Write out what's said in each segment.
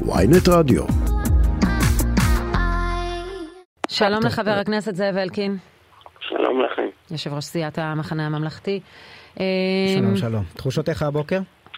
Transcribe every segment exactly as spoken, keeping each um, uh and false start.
וויינט רדיו. שלום לחבר הכנסת זאב אלקין. שלום לכם. יושב ראש סיעת המחנה הממלכתי. שלום, שלום. תחושותיך הבוקר?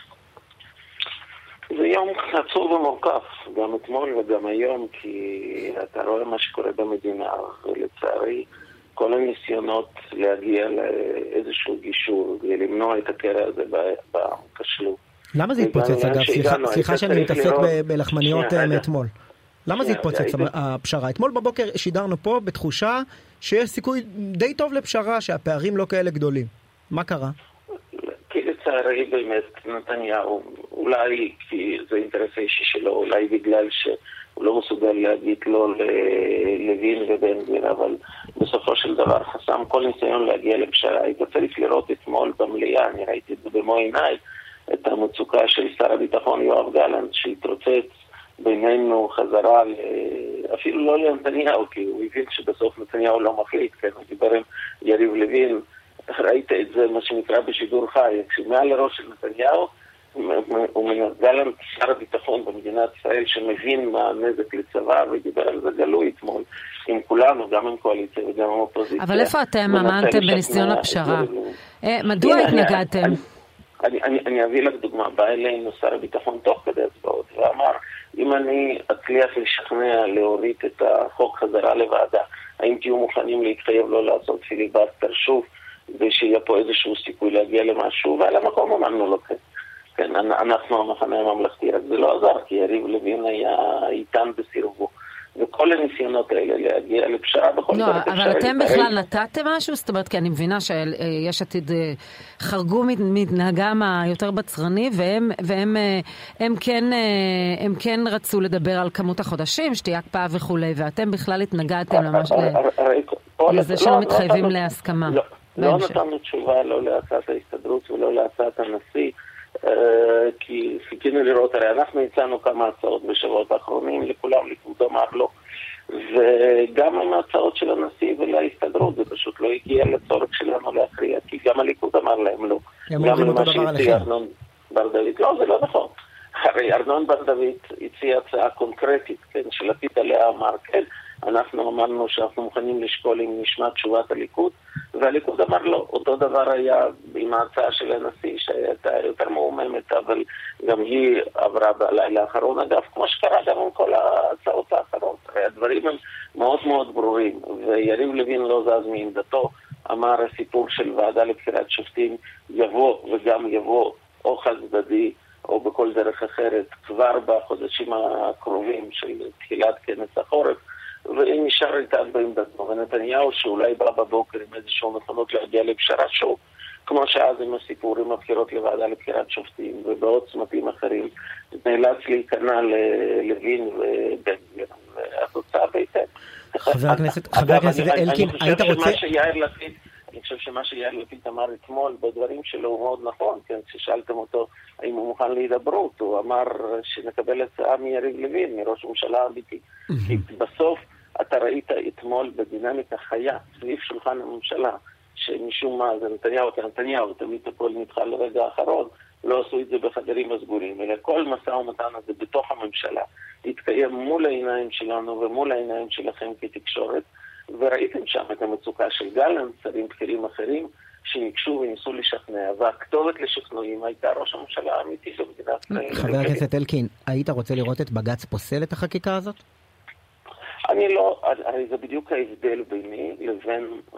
זה יום עצוב ומורכב, גם אתמול וגם היום, כי אתה רואה מה שקורה במדינה, ולצערי כל הניסיונות להגיע לאיזשהו גישור, למנוע את הקרע הזה בכשלו. למה זה התפוצץ אגב? סליחה שאני מתעסק בלחמניות מאתמול. למה זה התפוצץ הפשרה? אתמול בבוקר שידרנו פה בתחושה שיש סיכוי די טוב לפשרה, שהפערים לא כאלה גדולים. מה קרה? כי לצערי באמת נתניהו, אולי כי זה אינטרס האישי שלו, אולי בגלל שהוא לא מסוגל להגיד לו לוין ובן גביר, אבל בסופו של דבר חסם כל ניסיון להגיע לפשרה. היית צריך לראות אתמול במליאה, אני ראיתי את זה במו עיניי, את המצוקה של שר הביטחון יואב גלנט, שהתרוצץ בינינו חזרה, אפילו לא לנתניהו, כי הוא הבין שבסוף נתניהו לא מחליט, כן, הוא דיבר עם יריב לוין, ראית את זה, מה שנקרא בשידור חי, כשמעל לראש של נתניהו, הוא גלנט שר הביטחון במדינת ישראל, שמבין מה הנזק לצבא, ודיבר על זה גלוי אתמול, עם כולנו, גם עם קואליציה וגם עם אופוזיציה. אבל איפה אתם אמנתם בניסיון הפשרה? מדוע התנגדתם? אני, אני, אני אביא לך דוגמה, בא אלינו שר הביטחון תוך כדי הצבעות, ואמר, אם אני אצליח לשכנע להוריד את החוק חזרה לוועדה, האם תהיו מוכנים להתחייב לא לעשות פיליבסטר שוב, ושיהיה פה איזשהו סיכוי להגיע למשהו, ועל המקום אמרנו לו כן. כן, אנחנו המחנה הממלכתי, רק זה לא עזר, כי יריב לוין היה איתן בסירובו. וכל הניסיונות האלה להגיע לפשרה בכל לא, דרך. אבל אתם בכלל נתתם משהו? זאת אומרת, כי אני מבינה שיש עתיד חרגו מתנהגם היותר בצרני, והם, והם הם כן, הם כן רצו לדבר על כמות החודשים, שתהיה הקפאה וכו', ואתם בכלל התנגדתם למש... לזה שלא מתחייבים להסכמה. לא נתנו תשובה לא להצעת ההסתדרות ולא להצעת הנשיא, כי חיכינו לראות, הרי אנחנו הצענו כמה הצעות בשבועות האחרונים, לכולם ליכוד אמר לא, וגם עם ההצעות של הנשיא ולהסתדרות, זה פשוט לא הגיע לצורך שלנו להכריע, כי גם הליכוד אמר להם לא. הם אומרים אותו דבר עליכם. בר דוד, לא, זה לא נכון. הרי ארנון בר דוד הציע הצעה קונקרטית, כן, שלפיד עליה אמר כן, אנחנו אמרנו שאנחנו מוכנים לשקול אם נשמע תשובת הליכוד, והליכוד אמר לא. אותו דבר היה עם ההצעה של הנשיא, שהייתה יותר מאוממת, אבל גם היא עברה בלילה האחרון. אגב, כמו שקרה גם עם כל ההצעות האחרות. הדברים הם מאוד מאוד ברורים, ויריב לוין לא זז מעמדתו, אמר הסיפור של ועדה לבחירת שופטים יבוא וגם יבוא או חד צדדי, או בכל דרך אחרת, כבר בחודשים הקרובים של תחילת כנס החורף, ונשאר איתן בעמדתו. ונתניהו, שאולי בא בבוקר עם איזשהו נכונות להגיע לפשרה שוב, כמו שאז עם הסיפור עם הבחירות לוועדה לבחירת שופטים, ובעוד צמתים אחרים, נאלץ להיכנע ללוין ובן גביר, והתוצאה בהתאם. חבר הכנסת, חבר הכנסת אלקין, היית רוצה... אני חושב שמה שיאיר לפיד אמר אתמול בדברים שלו הוא מאוד נכון, כן, כששאלתם אותו האם הוא מוכן להידברות, הוא אמר שנקבל הצעה מיריב לוין, מראש הממשלה אמיתי. כי בסוף אתה ראית אתמול בדינמיקה חיה סביב שולחן הממשלה, שמשום מה זה נתניהו, כי נתניהו תמיד הכל נדחה לרגע האחרון, לא עשו את זה בחדרים הסגורים, אלא כל משא ומתן הזה בתוך הממשלה התקיים מול העיניים שלנו ומול העיניים שלכם כתקשורת, וראיתם שם את המצוקה של גלנט, שרים בכירים אחרים שניגשו וניסו לשכנע, והכתובת לשכנועים הייתה ראש הממשלה האמיתי של מדינת ישראל. חבר הכנסת אלקין, היית רוצה לראות את בג"ץ פוסל את החקיקה הזאת? אני לא, הרי זה בדיוק ההבדל ביני לבין uh,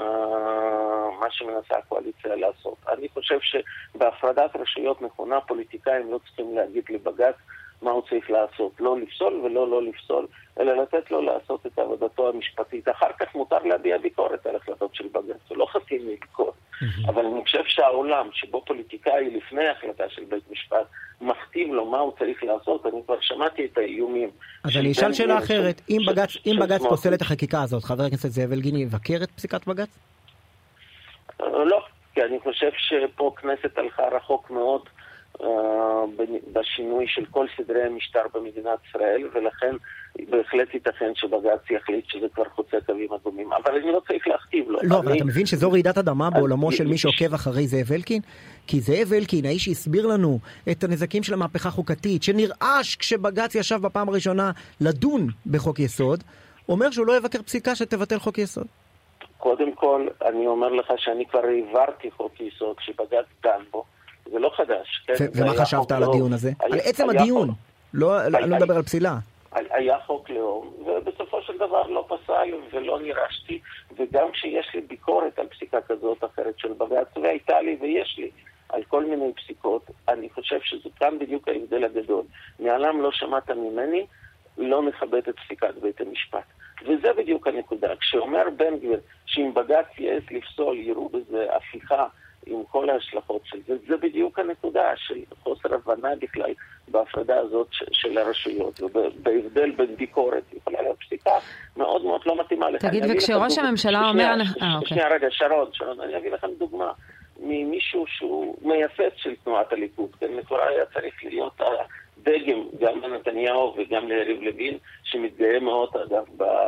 מה שמנסה הקואליציה לעשות. אני חושב שבהפרדת רשויות נכונה, פוליטיקאים לא צריכים להגיד לבג"ץ מה הוא צריך לעשות, לא לפסול ולא לא לפסול, אלא לתת לו לעשות את עבודתו המשפטית. אחר כך מותר להביע ביקורת על החלטות של בג"ץ, הוא לא חסין מביקורת. אבל אני חושב שהעולם שבו פוליטיקאי לפני החלטה של בית משפט מכתיב לו מה הוא צריך לעשות, אני כבר שמעתי את האיומים. אז אני אשאל שאלה אחרת, אם בג"ץ, אם בג"ץ פוסל את החקיקה הזאת, חבר הכנסת זאב אלקין יבקר את פסיקת בג"ץ? לא, כי אני חושב שפה כנסת הלכה רחוק מאוד בשינוי של כל סדרי המשטר במדינת ישראל, ולכן בהחלט ייתכן שבג"ץ יחליט שזה כבר חוצה קווים אדומים. אבל אני לא צריך להכתיב לו. לא, אבל אתה מבין שזו רעידת אדמה בעולמו של מי שעוקב אחרי זאב אלקין? כי זאב אלקין, האיש שהסביר לנו את הנזקים של המהפכה חוקתית, שנרעש כשבג"ץ ישב בפעם הראשונה לדון בחוק יסוד, אומר שהוא לא יבקר פסיקה שתבטל חוק יסוד. קודם כל, אני אומר לך שאני כבר העברתי חוק יסוד כשבג"ץ דן בו. זה לא חדש. כן? ומה חשבת על הדיון הזה? על עצם הדיון. לא מדבר על פסילה. היה חוק לאום, ובסופו של דבר לא פסל ולא נרשתי, וגם כשיש לי ביקורת על פסיקה כזאת אחרת של בג"ץ, והייתה לי ויש לי על כל מיני פסיקות, אני חושב שזה כאן בדיוק ההבדל הגדול. מעולם לא שמעת ממני, לא נכבד את פסיקת בית המשפט. וזה בדיוק הנקודה. כשאומר בן גביר שאם בג"ץ יעז לפסול, יראו בזה הפיכה עם כל ההשלכות של זה, זה בדיוק הנקודה של חוסר הבנה בכלל בהפרדה הזאת של הרשויות, ובהבדל בין ביקורת, יכולה להיות פסיקה מאוד מאוד לא מתאימה לך. תגיד, וכשראש הממשלה אומר... שנייה רגע, שרון, שרון, אני אביא לכם דוגמה ממישהו שהוא מייסד של תנועת הליכוד, כן, לכאורה היה צריך להיות הדגם גם לנתניהו וגם ליריב לוין, שמתגאה מאוד אגב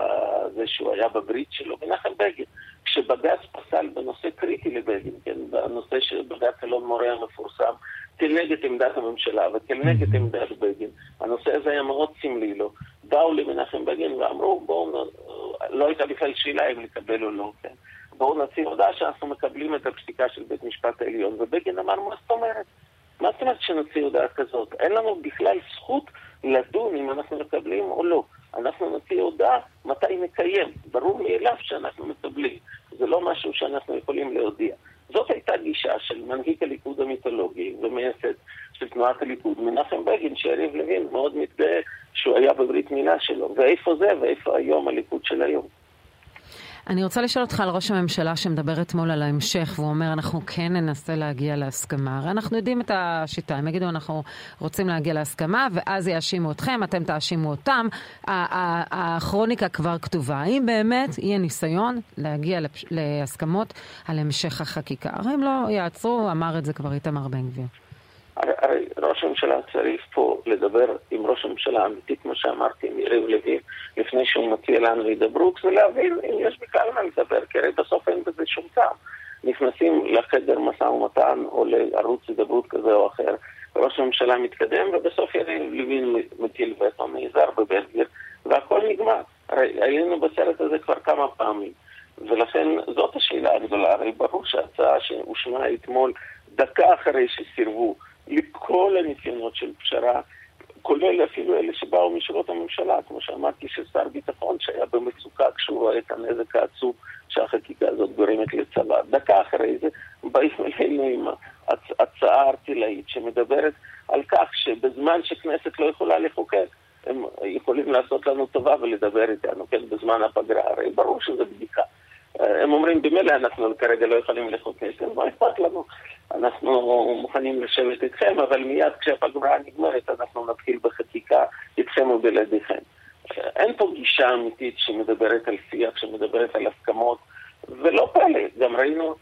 בזה שהוא היה בברית שלו, מנחם בגין. כשבג"ץ פסל בנושא קריטי לבגין, כן, בנושא של בג"ץ אלון מורה המפורסם, כנגד עמדת הממשלה וכנגד עמדת בגין, הנושא הזה היה מאוד סמלי לו. באו למנחם בגין ואמרו, בואו, לא הייתה בכלל שאלה אם לקבל או לא, כן. בואו נציב הודעה שאנחנו מקבלים את הפסיקה של בית משפט העליון, ובגין אמר, מה זאת אומרת? מה זאת אומרת שנציב הודעה כזאת? אין לנו בכלל זכות לדון אם אנחנו מקבלים או לא. אנחנו נציב הודעה מתי נקיים. ברור מאליו שאנחנו מקבלים. זה לא משהו שאנחנו יכולים להודיע. זאת הייתה גישה של מנהיג הליכוד המיתולוגי ומייסד של תנועת הליכוד, מנחם בגין, שיריב לוין מאוד מתגאה שהוא היה בברית מילה שלו. ואיפה זה ואיפה היום הליכוד של היום? אני רוצה לשאול אותך על ראש הממשלה שמדבר אתמול על ההמשך, והוא אומר, אנחנו כן ננסה להגיע להסכמה. הרי אנחנו יודעים את השיטה, הם יגידו, אנחנו רוצים להגיע להסכמה, ואז יאשימו אתכם, אתם תאשימו אותם. הכרוניקה כבר כתובה. האם באמת יהיה ניסיון להגיע להסכמות על המשך החקיקה? הרי הם לא יעצרו, אמר את זה כבר איתמר בן גביר. הרי ראש הממשלה צריך פה לדבר עם ראש הממשלה האמיתי, כמו שאמרתי, עם יריב לוין, לפני שהוא מציע לנו להידברות, ולהבין אם יש בכלל מה לדבר, כי הרי בסוף אין בזה שום טעם. נכנסים לחדר משא ומתן או לערוץ הידברות כזה או אחר, ראש הממשלה מתקדם, ובסוף יריב לוין מטיל וטו, נעזר בבן גביר, והכל נגמר. הרי היינו בסרט הזה כבר כמה פעמים, ולכן זאת השאלה הגדולה. הרי ברור שההצעה שהושמעה אתמול, דקה אחרי שסירבו לכל הניסיונות של פשרה, כולל אפילו אלה שבאו משורות הממשלה, כמו שאמרתי, של שר ביטחון שהיה במצוקה כשהוא רואה את הנזק העצום שהחקיקה הזאת גורמת לצבא. דקה אחרי זה באים אלינו עם הצעה ארטילאית שמדברת על כך שבזמן שכנסת לא יכולה לחוקק, הם יכולים לעשות לנו טובה ולדבר איתנו, כן, בזמן הפגרה. הרי ברור שזה בדיקה. הם אומרים, במילא אנחנו כרגע לא יכולים לחוקק, מה אכפת לנו? אנחנו מוכנים לשבת איתכם, אבל מיד כשהפגרה נגמרת אנחנו נתחיל בחקיקה איתכם ובלעדיכם. אין פה גישה אמיתית שמדברת על שיח, שמדברת על הסכמות, ולא פלא, גם ראינו אותה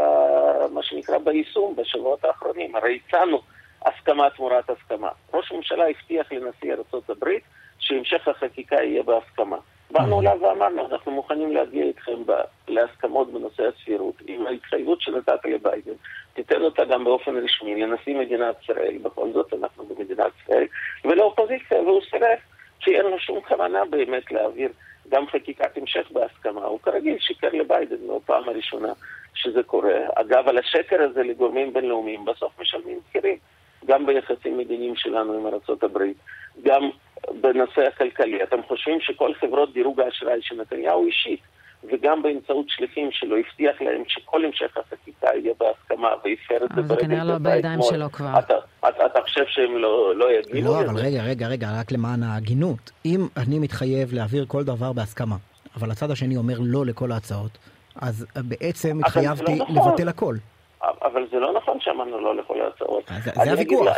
במה שנקרא ביישום בשבועות האחרונים. הרי הצענו הסכמה תמורת הסכמה. ראש הממשלה הבטיח לנשיא ארצות הברית שהמשך החקיקה יהיה בהסכמה. באנו אליו ואמרנו, אנחנו מוכנים להגיע איתכם להסכמות בנושא הסבירות, עם ההתחייבות שנתת לביידן, תיתן אותה גם באופן רשמי לנשיא מדינת ישראל, בכל זאת אנחנו במדינת ישראל, ולאופוזיציה, והוא סירב, כי אין לו שום כוונה באמת להעביר גם חקיקת המשך בהסכמה. הוא כרגיל שיקר לביידן, לא פעם הראשונה שזה קורה. אגב, על השקר הזה לגורמים בינלאומיים, בסוף משלמים מחירים, גם ביחסים מדיניים שלנו עם ארצות הברית, גם בנושא הכלכלי. אתם חושבים שכל חברות דירוג האשראי שנתניהו אישית, וגם באמצעות שליחים שלו, הבטיח להם שכל המשך החקיקה יהיה בהסכמה, ויפר את זה ברגע. זה כנראה לא בידיים שלו כבר. אתה חושב שהם לא יגידו? לא, אבל רגע, רגע, רגע, רק למען ההגינות. אם אני מתחייב להעביר כל דבר בהסכמה, אבל הצד השני אומר לא לכל ההצעות, אז בעצם התחייבתי לבטל הכל. אבל זה לא נכון שאמרנו לא לכל ההצעות. זה הוויכוח.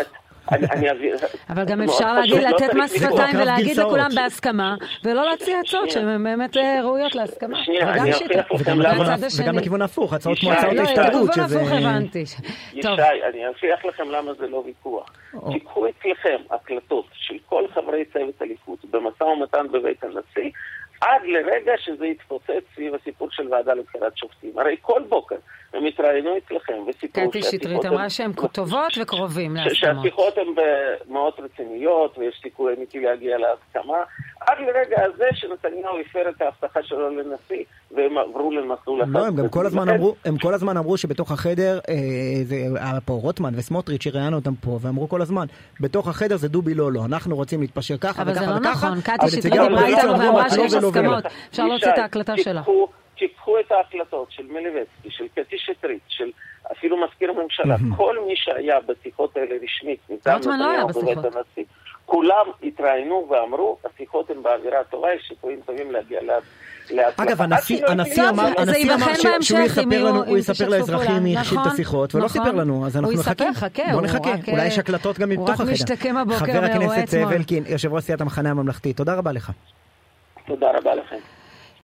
אבל גם אפשר להגיד, לתת מס שפתיים ולהגיד לכולם בהסכמה, ולא להציע הצעות שהן באמת ראויות להסכמה. וגם לכיוון הפוך, הצעות כמו הצעות ההשתדרות. לכיוון הפוך הבנתי. ישי, אני אבטיח לכם למה זה לא ויכוח. תיקחו אצלכם הקלטות של כל חברי צוות הליכוד במשא ומתן בבית הנשיא, עד לרגע שזה יתפוצץ סביב הסיפור של ועדה לבחירת שופטים. הרי כל בוקר הם התראיינו אצלכם וסיפרו קטי שטרית אמרה שהן טובות וקרובים להסכמות. שהשיחות הן מאוד רציניות ויש סיכוי אמיתי להגיע להסכמה, עד לרגע הזה שנתניהו הפר את ההבטחה שלו לנשיא והם עברו למסלול אחד. לא, הם גם כל הזמן אמרו, הם כל הזמן אמרו שבתוך החדר, זה היה פה רוטמן וסמוטריץ' שראיינו אותם פה, ואמרו כל הזמן, בתוך החדר זה דובי לא לא, אנחנו רוצים להתפשר ככה וככה וככה. אבל זה לא נכון, קטי שטרית דיברה איתנו ואמרה שיש הסכמות. אפשר להוציא את ההקלטה שלה. תיקחו את ההקלטות של מלביצקי, של קטי שטרית, של אפילו מזכיר הממשלה, כל מי שהיה בשיחות האלה רשמית, רוטמן לא היה בשיחות. כולם התראיינו ואמרו, השיחות הן באווירה טובה, יש סיכויים טובים להגיע להצלחה. אגב, הנשיא אמר שהוא יספר לאזרחים מי החשיב את השיחות, ולא סיפר לנו, אז אנחנו נחכה. בוא נחכה, אולי יש הקלטות גם מתוך החדר. חבר הכנסת זאב אלקין, יושב ראש סיעת המחנה הממלכתי, תודה רבה לך. תודה רבה לכם.